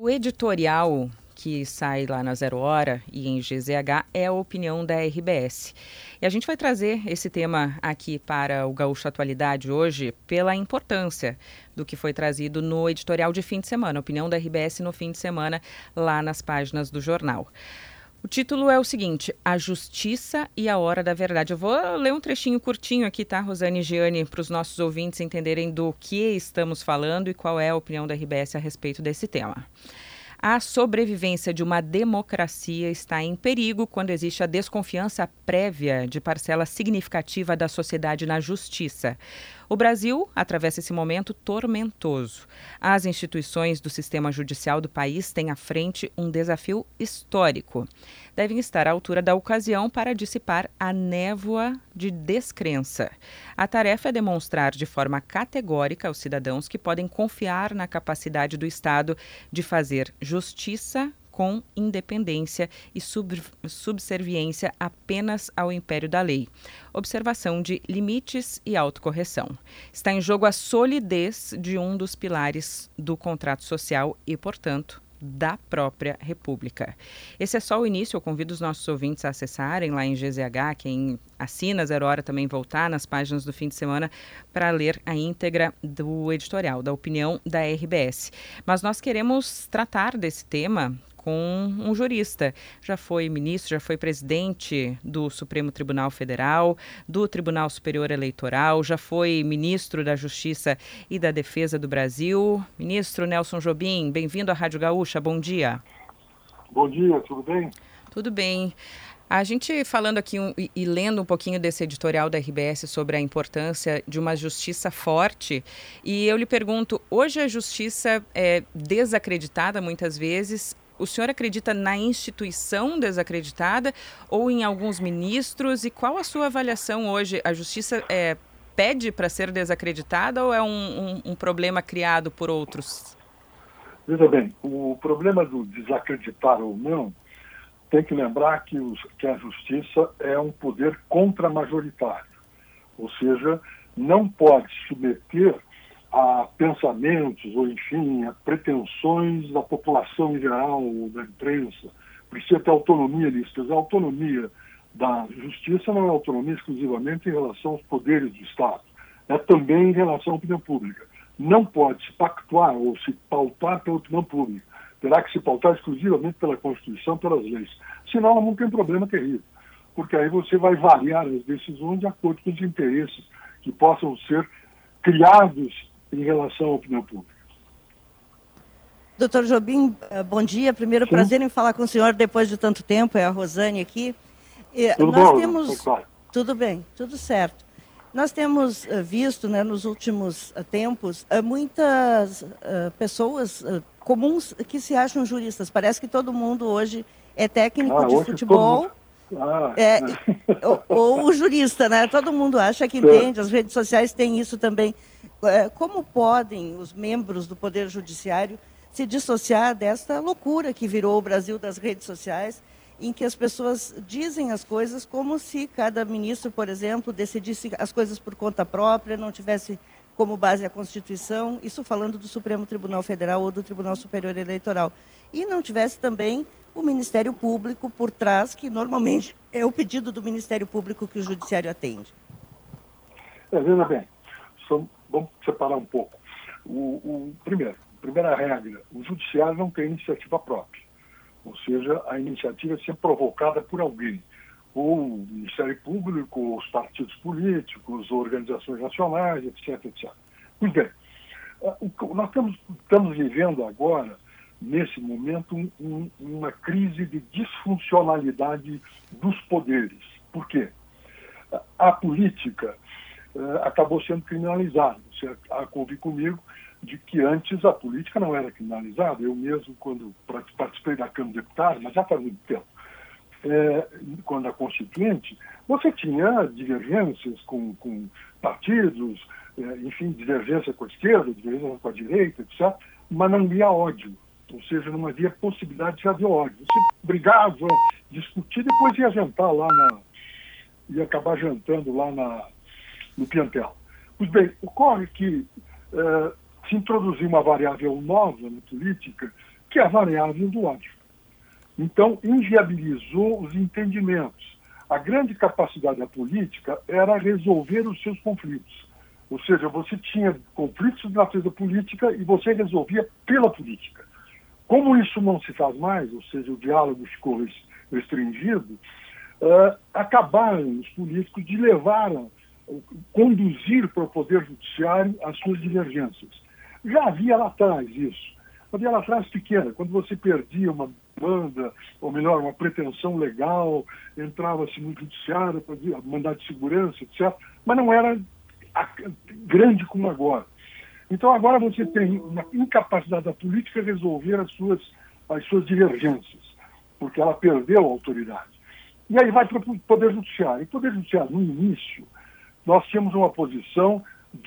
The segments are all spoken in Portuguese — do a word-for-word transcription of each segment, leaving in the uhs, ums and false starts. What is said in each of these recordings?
O editorial que sai lá na Zero Hora e em G Z H é a opinião da R B S. E a gente vai trazer esse tema aqui para o Gaúcho Atualidade hoje pela importância do que foi trazido no editorial de fim de semana, a opinião da R B S no fim de semana, lá nas páginas do jornal. O título é o seguinte: A Justiça e a Hora da Verdade. Eu vou ler um trechinho curtinho aqui, tá, Rosane e Giane, para os nossos ouvintes entenderem do que estamos falando e qual é a opinião da R B S a respeito desse tema. A sobrevivência de uma democracia está em perigo quando existe a desconfiança prévia de parcela significativa da sociedade na justiça. O Brasil atravessa esse momento tormentoso. As instituições do sistema judicial do país têm à frente um desafio histórico. Devem estar à altura da ocasião para dissipar a névoa de descrença. A tarefa é demonstrar de forma categórica aos cidadãos que podem confiar na capacidade do Estado de fazer justiça com independência e sub- subserviência apenas ao império da lei. Observação de limites e autocorreção. Está em jogo a solidez de um dos pilares do contrato social e, portanto, da própria República. Esse é só o início. Eu convido os nossos ouvintes a acessarem lá em G Z H, quem assina Zero Hora também voltar nas páginas do fim de semana para ler a íntegra do editorial, da opinião da R B S. Mas nós queremos tratar desse tema com um jurista. Já foi ministro, já foi presidente do Supremo Tribunal Federal, do Tribunal Superior Eleitoral, já foi ministro da Justiça e da Defesa do Brasil. Ministro Nelson Jobim, bem-vindo à Rádio Gaúcha, bom dia. Bom dia, tudo bem? Tudo bem. A gente falando aqui um, e, e lendo um pouquinho desse editorial da R B S sobre a importância de uma justiça forte, e eu lhe pergunto, hoje a justiça é desacreditada muitas vezes. O senhor acredita na instituição desacreditada ou em alguns ministros? E qual a sua avaliação hoje? A justiça é, pede para ser desacreditada ou é um, um, um problema criado por outros? Veja bem, o problema do desacreditar ou não, tem que lembrar que, os, que a justiça é um poder contramajoritário. Ou seja, não pode submeter a pensamentos ou, enfim, a pretensões da população em geral, ou da imprensa. Precisa ter autonomia nisso. A autonomia da justiça não é autonomia exclusivamente em relação aos poderes do Estado, é também em relação à opinião pública. Não pode se pactuar ou se pautar pela opinião pública. Terá que se pautar exclusivamente pela Constituição, pelas leis. Senão, ela não tem um problema terrível, porque aí você vai variar as decisões de acordo com os interesses que possam ser criados em relação à opinião pública. Doutor Jobim, bom dia. Primeiro, Sim. prazer em falar com o senhor depois de tanto tempo. É a Rosane aqui. E tudo nós bom? Temos... Claro. Tudo bem, tudo certo. Nós temos uh, visto, né, nos últimos uh, tempos, uh, muitas uh, pessoas uh, comuns que se acham juristas. Parece que todo mundo hoje é técnico ah, de futebol. Ah. É, ou, ou o jurista, né? Todo mundo acha que entende, as redes sociais têm isso também. Como podem os membros do Poder Judiciário se dissociar desta loucura que virou o Brasil das redes sociais, em que as pessoas dizem as coisas como se cada ministro, por exemplo, decidisse as coisas por conta própria, não tivesse como base a Constituição, isso falando do Supremo Tribunal Federal ou do Tribunal Superior Eleitoral, e não tivesse também o Ministério Público por trás, que normalmente é o pedido do Ministério Público que o Judiciário atende. É, veja bem, são, vamos separar um pouco. O, o, primeiro, primeira regra, o Judiciário não tem iniciativa própria, ou seja, a iniciativa é sempre provocada por alguém, ou o Ministério Público, ou os partidos políticos, ou organizações nacionais, etc, etcétera. Pois bem, nós estamos, estamos vivendo agora, nesse momento, um, um, uma crise de disfuncionalidade dos poderes. Por quê? A política uh, acabou sendo criminalizada. Você há de convir comigo de que antes a política não era criminalizada. Eu mesmo, quando participei da Câmara de Deputados, mas já faz muito tempo, é, quando a Constituinte, você tinha divergências com, com partidos, é, enfim, divergência com a esquerda, divergência com a direita, etcétera, mas não havia ódio. Ou seja, não havia possibilidade de haver ódio. Você brigava, discutia, depois ia jantar lá na... ia acabar jantando lá na, no Piantel. Pois bem, ocorre que uh, se introduzir uma variável nova na política, que é a variável do ódio. Então, inviabilizou os entendimentos. A grande capacidade da política era resolver os seus conflitos. Ou seja, você tinha conflitos de natureza política e você resolvia pela política. Como isso não se faz mais, ou seja, o diálogo ficou restringido, uh, acabaram os políticos de levar, uh, conduzir para o Poder Judiciário as suas divergências. Já havia lá atrás isso. Havia lá atrás pequena, quando você perdia uma demanda, ou melhor, uma pretensão legal, entrava-se no Judiciário para mandar de segurança, etcétera, mas não era grande como agora. Então agora você tem uma incapacidade da política de resolver as suas, as suas divergências, porque ela perdeu a autoridade. E aí vai para o Poder Judiciário. E o Poder Judiciário, no início, nós tínhamos uma posição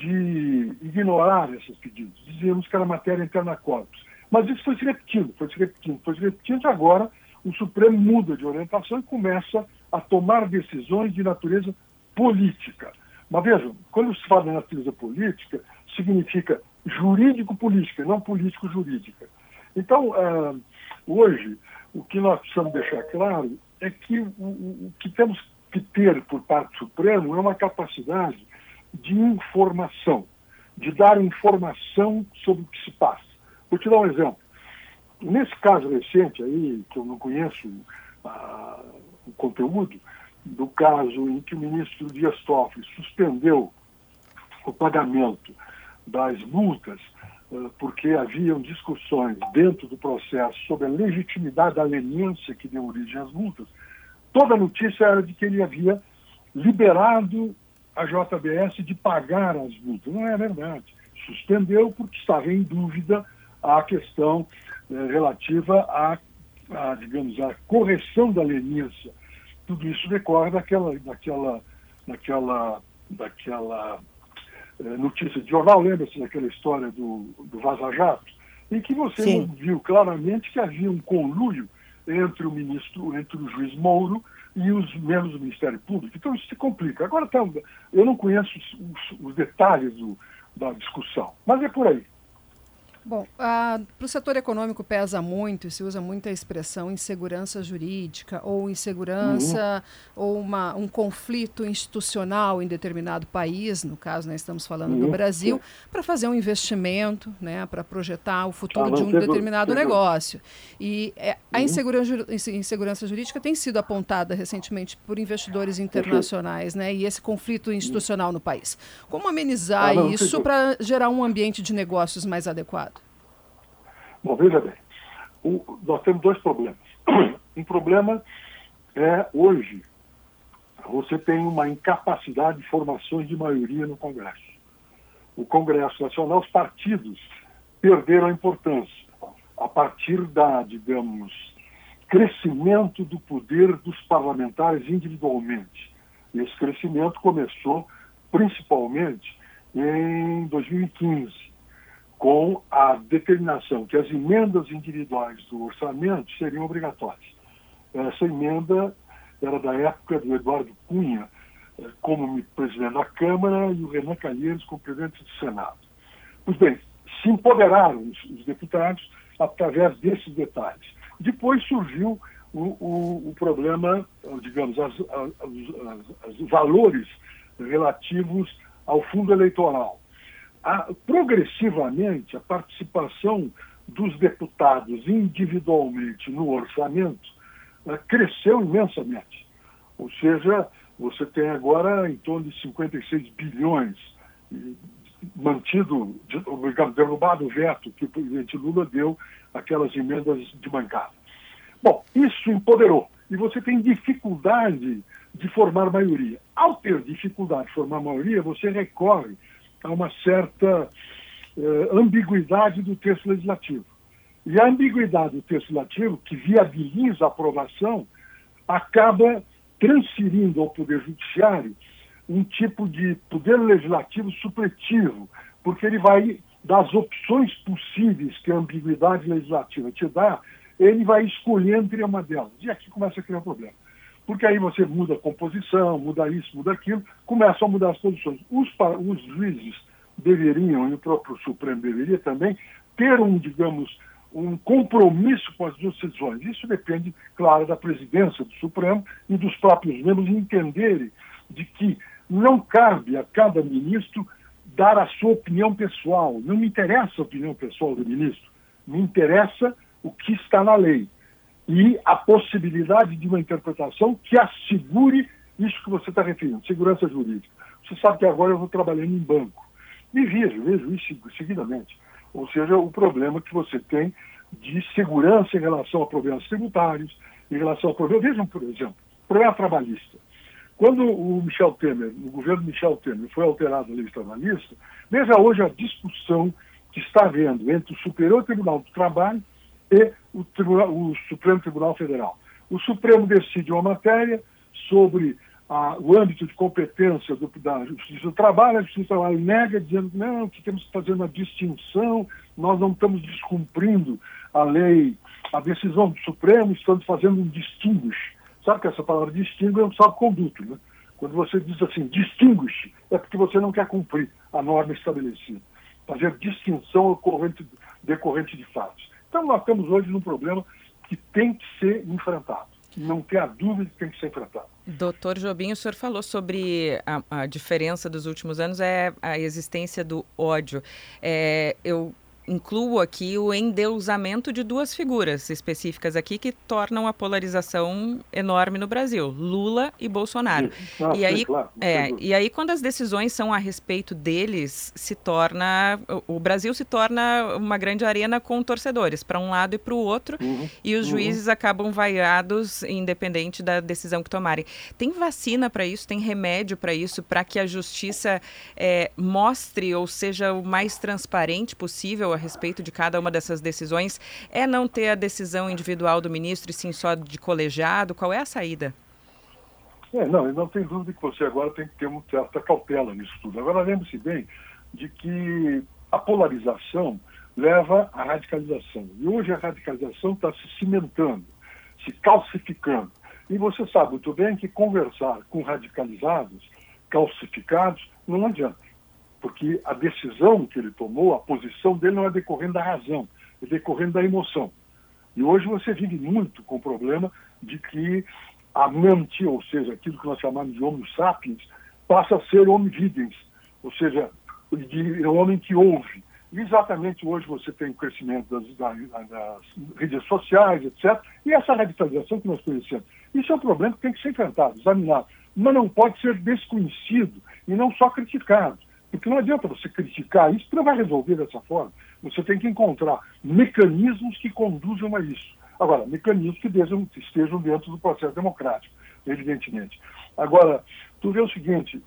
de ignorar esses pedidos. Dizíamos que era matéria interna corpus. Mas isso foi se repetindo, foi se repetindo, foi se repetindo, e agora o Supremo muda de orientação e começa a tomar decisões de natureza política. Mas vejam, quando se fala de natureza política, significa jurídico-política, não político-jurídica. Então, uh, hoje, o que nós precisamos deixar claro é que o, o que temos que ter por parte do Supremo é uma capacidade de informação, de dar informação sobre o que se passa. Vou te dar um exemplo. Nesse caso recente aí, que eu não conheço uh, o conteúdo, do caso em que o ministro Dias Toffoli suspendeu o pagamento das multas, uh, porque haviam discussões dentro do processo sobre a legitimidade da leniência que deu origem às multas, toda a notícia era de que ele havia liberado a J B S de pagar as multas. Não é verdade. Suspendeu porque estava em dúvida a questão eh, relativa à, à, digamos, à correção da leniência. Tudo isso decorre daquela, daquela, daquela, daquela eh, notícia de jornal, lembra-se daquela história do, do Vaza Jato, em que você Sim. viu claramente que havia um conluio entre o ministro, entre o juiz Moro e os membros do Ministério Público. Então isso se complica. Agora, tá, eu não conheço os, os, os detalhes do, da discussão, mas é por aí. Bom, para o setor econômico pesa muito e se usa muito a expressão insegurança jurídica ou insegurança uhum. ou uma, um conflito institucional em determinado país, no caso nós estamos falando uhum. do Brasil, para fazer um investimento, né, para projetar o futuro ah, de um determinado negócio. E é, a uhum. insegurança, insegurança jurídica tem sido apontada recentemente por investidores internacionais, né, e esse conflito institucional no país. Como amenizar ah, não, isso para gerar um ambiente de negócios mais adequado? Bom, veja bem, o, nós temos dois problemas. Um problema é, hoje, você tem uma incapacidade de formações de maioria no Congresso. O Congresso Nacional, os partidos perderam a importância a partir da, digamos, crescimento do poder dos parlamentares individualmente. Esse crescimento começou principalmente em dois mil e quinze. Com a determinação que as emendas individuais do orçamento seriam obrigatórias. Essa emenda era da época do Eduardo Cunha como presidente da Câmara e o Renan Calheiros como presidente do Senado. Pois bem, se empoderaram os, os deputados através desses detalhes. Depois surgiu o, o, o problema, digamos, as, as, as, os valores relativos ao fundo eleitoral. A, progressivamente, a participação dos deputados individualmente no orçamento uh, cresceu imensamente. Ou seja, você tem agora em torno de cinquenta e seis bilhões, e, mantido, digamos, derrubado o veto que o presidente Lula deu àquelas emendas de bancada. Bom, isso empoderou. E você tem dificuldade de formar maioria. Ao ter dificuldade de formar maioria, você recorre a uma certa eh, ambiguidade do texto legislativo. E a ambiguidade do texto legislativo, que viabiliza a aprovação, acaba transferindo ao Poder Judiciário um tipo de poder legislativo supletivo, porque ele vai, das opções possíveis que a ambiguidade legislativa te dá, ele vai escolher entre uma delas. E aqui começa a criar um problema. Porque aí você muda a composição, muda isso, muda aquilo, começam a mudar as posições. Os, os juízes deveriam, e o próprio Supremo deveria também, ter um, digamos, um compromisso com as duas decisões. Isso depende, claro, da presidência do Supremo e dos próprios membros entenderem de que não cabe a cada ministro dar a sua opinião pessoal. Não me interessa a opinião pessoal do ministro, me interessa o que está na lei e a possibilidade de uma interpretação que assegure isso que você está referindo, segurança jurídica. Você sabe que agora eu estou trabalhando em banco e vejo, vejo isso seguidamente. Ou seja, o problema que você tem de segurança em relação a problemas tributários, em relação a problemas... Vejam, por exemplo, problema trabalhista. Quando o Michel Temer, o governo Michel Temer, foi alterado a lei trabalhista, veja hoje a discussão que está havendo entre o Superior Tribunal do Trabalho e o, Tribunal, o Supremo Tribunal Federal. O Supremo decide uma matéria sobre a, o âmbito de competência do, da Justiça do Trabalho, a Justiça do Trabalho nega, dizendo não, que temos que fazer uma distinção, nós não estamos descumprindo a lei, a decisão do Supremo, estamos fazendo um distinguish. Sabe que essa palavra distingue é um salvo-conduto, né? Quando você diz assim, distinguish, é porque você não quer cumprir a norma estabelecida. Fazer distinção decorrente, decorrente de fatos. Então nós estamos hoje num problema que tem que ser enfrentado. Não tem a dúvida que tem que ser enfrentado. Doutor Jobim, o senhor falou sobre a, a diferença dos últimos anos, é a existência do ódio. É, eu incluo aqui o endeusamento de duas figuras específicas aqui que tornam a polarização enorme no Brasil, Lula e Bolsonaro. Ah, e, sim, aí, claro, é, e aí, quando as decisões são a respeito deles, se torna o Brasil se torna uma grande arena com torcedores, para um lado e para o outro, uhum, e os uhum. juízes acabam vaiados, independente da decisão que tomarem. Tem vacina para isso? Tem remédio para isso? Para que a justiça é, mostre ou seja o mais transparente possível a respeito de cada uma dessas decisões, é não ter a decisão individual do ministro e sim só de colegiado? Qual é a saída? É, não, não tem dúvida que você agora tem que ter uma certa cautela nisso tudo. Agora lembre-se bem de que a polarização leva à radicalização. E hoje a radicalização está se cimentando, se calcificando. E você sabe muito bem que conversar com radicalizados, calcificados, não adianta. Porque a decisão que ele tomou, a posição dele não é decorrendo da razão, é decorrendo da emoção. E hoje você vive muito com o problema de que a mente, ou seja, aquilo que nós chamamos de homo sapiens, passa a ser homo videns, ou seja, de, é um homem que ouve. E exatamente hoje você tem o crescimento das, das, das redes sociais, etcétera. E essa radicalização que nós conhecemos. Isso é um problema que tem que ser enfrentado, examinado. Mas não pode ser desconhecido e não só criticado. Porque não adianta você criticar isso, porque não vai resolver dessa forma. Você tem que encontrar mecanismos que conduzam a isso. Agora, mecanismos que estejam dentro do processo democrático, evidentemente. Agora, tu vê o seguinte,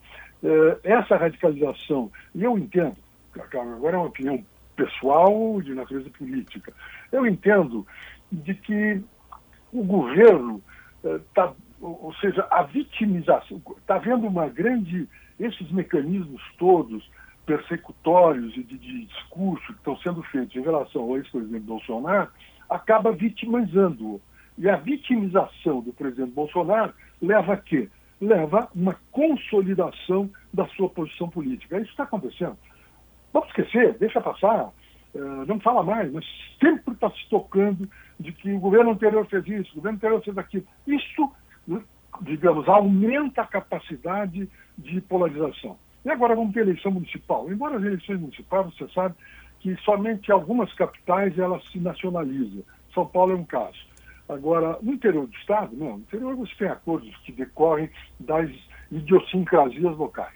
essa radicalização, e eu entendo, agora é uma opinião pessoal de natureza política, eu entendo de que o governo está, ou seja, a vitimização, está havendo uma grande... Esses mecanismos todos persecutórios e de, de discurso que estão sendo feitos em relação ao ex-presidente Bolsonaro acaba vitimizando-o. E a vitimização do presidente Bolsonaro leva a quê? Leva a uma consolidação da sua posição política. Isso está acontecendo. Vamos esquecer, deixa passar, uh, não fala mais, mas sempre está se tocando de que o governo anterior fez isso, o governo anterior fez aquilo. Isso, digamos, aumenta a capacidade de polarização. E agora vamos ter eleição municipal. Embora as eleições municipais, você sabe que somente algumas capitais elas se nacionalizam. São Paulo é um caso. Agora, no interior do estado, não. No interior você tem acordos que decorrem das idiosincrasias locais.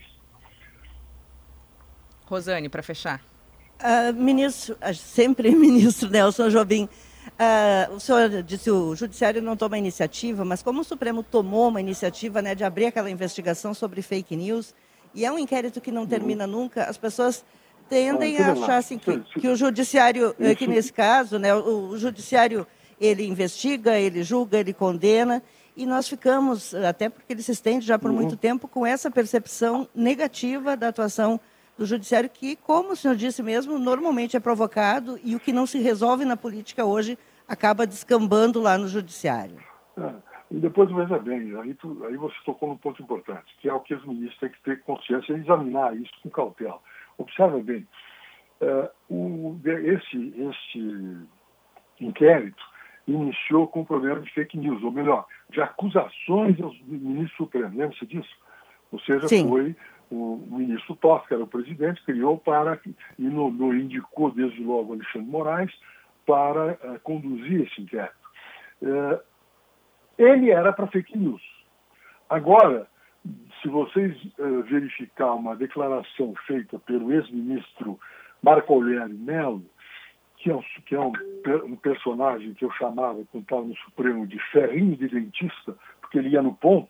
Rosane, para fechar. Uh, ministro, sempre ministro Nelson Jobim, Uh, o senhor disse que o Judiciário não toma iniciativa, mas como o Supremo tomou uma iniciativa, né, de abrir aquela investigação sobre fake news, e é um inquérito que não termina nunca, as pessoas tendem a achar assim, que, que o Judiciário, que nesse caso, né, o, o Judiciário, ele investiga, ele julga, ele condena, e nós ficamos, até porque ele se estende já por muito tempo, com essa percepção negativa da atuação do Judiciário, que, como o senhor disse mesmo, normalmente é provocado e o que não se resolve na política hoje acaba descambando lá no Judiciário. É, e depois, veja bem, aí, tu, aí você tocou num ponto importante, que é o que os ministros têm que ter consciência e examinar isso com cautela. Observa bem, é, o, esse, esse inquérito iniciou com o problema de fake news, ou melhor, de acusações aos ministros supremos. Lembra-se disso? Ou seja, Sim. foi o ministro Toffoli, que era o presidente, criou para, e no, no indicou desde logo Alexandre Moraes, para uh, conduzir esse inquérito. Uh, ele era para fake news. Agora, se vocês uh, verificar uma declaração feita pelo ex-ministro Marco Aurélio Mello, que é, um, que é um, um personagem que eu chamava, quando estava no Supremo, de ferrinho de dentista, porque ele ia no ponto,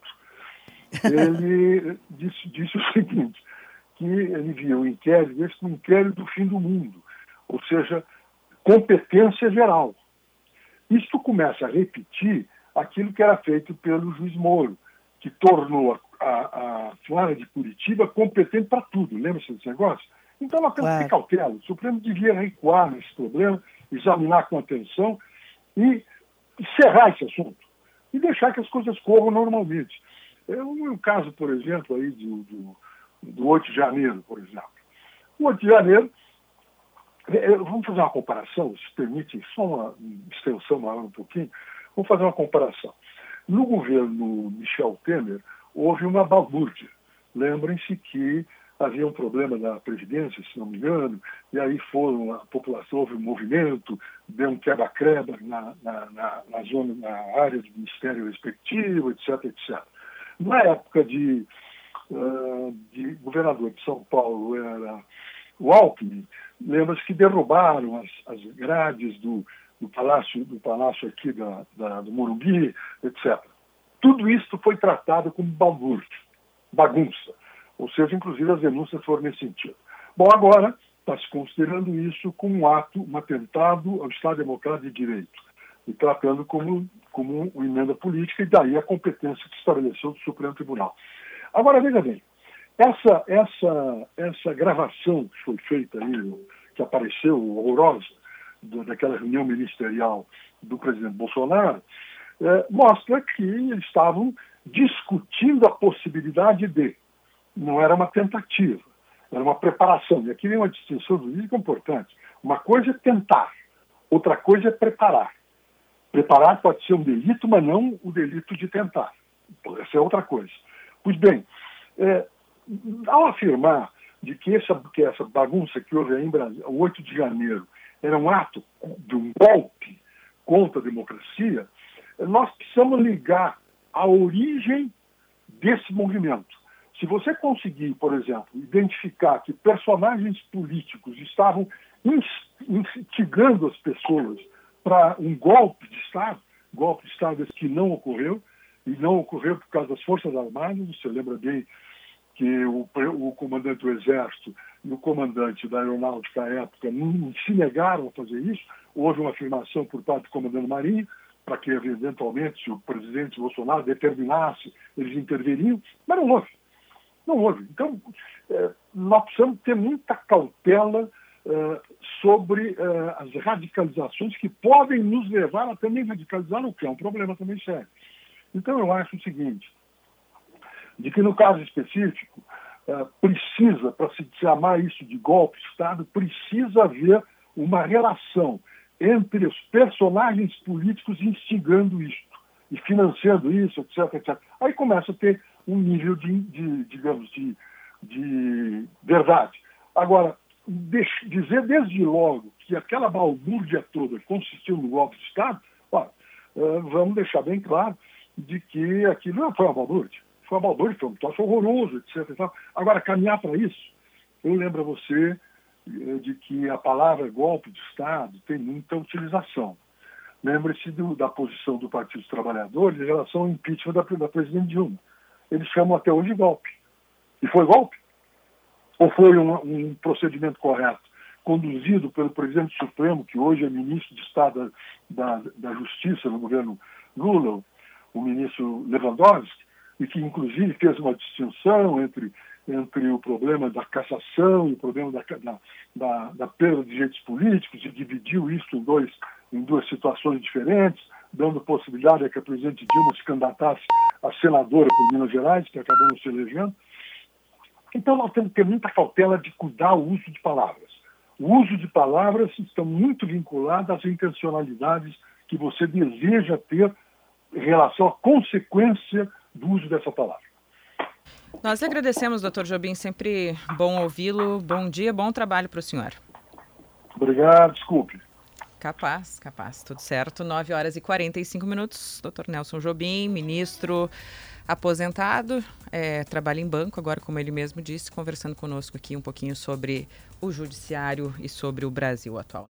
ele disse, disse o seguinte, que ele via o inquérito, esse um inquérito do fim do mundo, ou seja, competência geral. Isto começa a repetir aquilo que era feito pelo juiz Moro, que tornou a, a, a Flara de Curitiba competente para tudo. Lembra-se desse negócio? Então nós temos que ter cautela. O Supremo devia recuar nesse problema, examinar com atenção e encerrar esse assunto. E deixar que as coisas corram normalmente. É um caso, por exemplo, aí do, do, do oito de janeiro, por exemplo. O oito de janeiro, vamos fazer uma comparação, se permite só uma extensão maior um pouquinho, vamos fazer uma comparação. No governo Michel Temer, houve uma balbúrdia. Lembrem-se que havia um problema na Previdência, se não me engano, e aí foram, a população, houve um movimento, deu um quebra-quebra na, na, na, na, zona, na área do Ministério respectivo, etc, etcétera. Na época de, uh, de governador de São Paulo, era o Alckmin, lembra-se que derrubaram as, as grades do, do, palácio, do palácio aqui da, da, do Morumbi, etcétera. Tudo isso foi tratado como balbúrdia, bagunça. Ou seja, inclusive as denúncias foram nesse sentido. Bom, agora está se considerando isso como um ato, um atentado ao Estado Democrático de Direito, e tratando como, como uma emenda política, e daí a competência que estabeleceu do Supremo Tribunal. Agora, veja bem, essa, essa, essa gravação que foi feita aí, que apareceu horrorosa, do, daquela reunião ministerial do presidente Bolsonaro, é, mostra que eles estavam discutindo a possibilidade de, não era uma tentativa, era uma preparação. E aqui vem uma distinção jurídica importante. Uma coisa é tentar, outra coisa é preparar. Preparar pode ser um delito, mas não o delito de tentar. Essa é outra coisa. Pois bem, é, ao afirmar de que essa, que essa bagunça que houve aí em Brasília, o oito de janeiro, era um ato de um golpe contra a democracia, nós precisamos ligar a origem desse movimento. Se você conseguir, por exemplo, identificar que personagens políticos estavam instigando as pessoas para um golpe de Estado, golpe de Estado que não ocorreu, e não ocorreu por causa das Forças Armadas, você lembra bem que o, o comandante do Exército e o comandante da Aeronáutica à época não se negaram a fazer isso, houve uma afirmação por parte do comandante Marinho, para que eventualmente, se o presidente Bolsonaro determinasse, eles interviriam, mas não houve. Não houve. Então, eh, nós precisamos ter muita cautela eh, sobre eh, as radicalizações que podem nos levar a também radicalizar, o que é um problema também sério. Então, eu acho o seguinte, de que no caso específico, eh, precisa, para se chamar isso de golpe de Estado, precisa haver uma relação entre os personagens políticos instigando isto e financiando isso, etc, etcétera. Aí começa a ter um nível de, de digamos, de, de verdade. Agora, dizer desde logo que aquela balbúrdia toda consistiu no golpe de Estado, ó, vamos deixar bem claro de que aquilo não foi uma balbúrdia. Foi uma balbúrdia, foi um troço horroroso, etcétera. Agora, caminhar para isso, eu lembro a você de que a palavra golpe de Estado tem muita utilização. Lembre-se da posição do Partido dos Trabalhadores em relação ao impeachment da, da presidente Dilma. Eles chamam até hoje de golpe. E foi golpe? Ou foi um, um procedimento correto, conduzido pelo presidente Supremo, que hoje é ministro de Estado da, da, da Justiça no governo Lula, o ministro Lewandowski, e que inclusive fez uma distinção entre, entre o problema da cassação e o problema da, da, da, da perda de direitos políticos, e dividiu isso em, dois, em duas situações diferentes, dando possibilidade a que a presidente Dilma se candidatasse a senadora por Minas Gerais, que acabou não se elegendo. Então nós temos que ter muita cautela de cuidar o uso de palavras. O uso de palavras estão muito vinculadas às intencionalidades que você deseja ter em relação à consequência do uso dessa palavra. Nós lhe agradecemos, doutor Jobim, sempre bom ouvi-lo. Bom dia, bom trabalho para o senhor. Obrigado, desculpe. Capaz, capaz, tudo certo. nove horas e quarenta e cinco minutos. doutor Nelson Jobim, ministro aposentado, é, trabalha em banco agora, como ele mesmo disse, conversando conosco aqui um pouquinho sobre o judiciário e sobre o Brasil atual.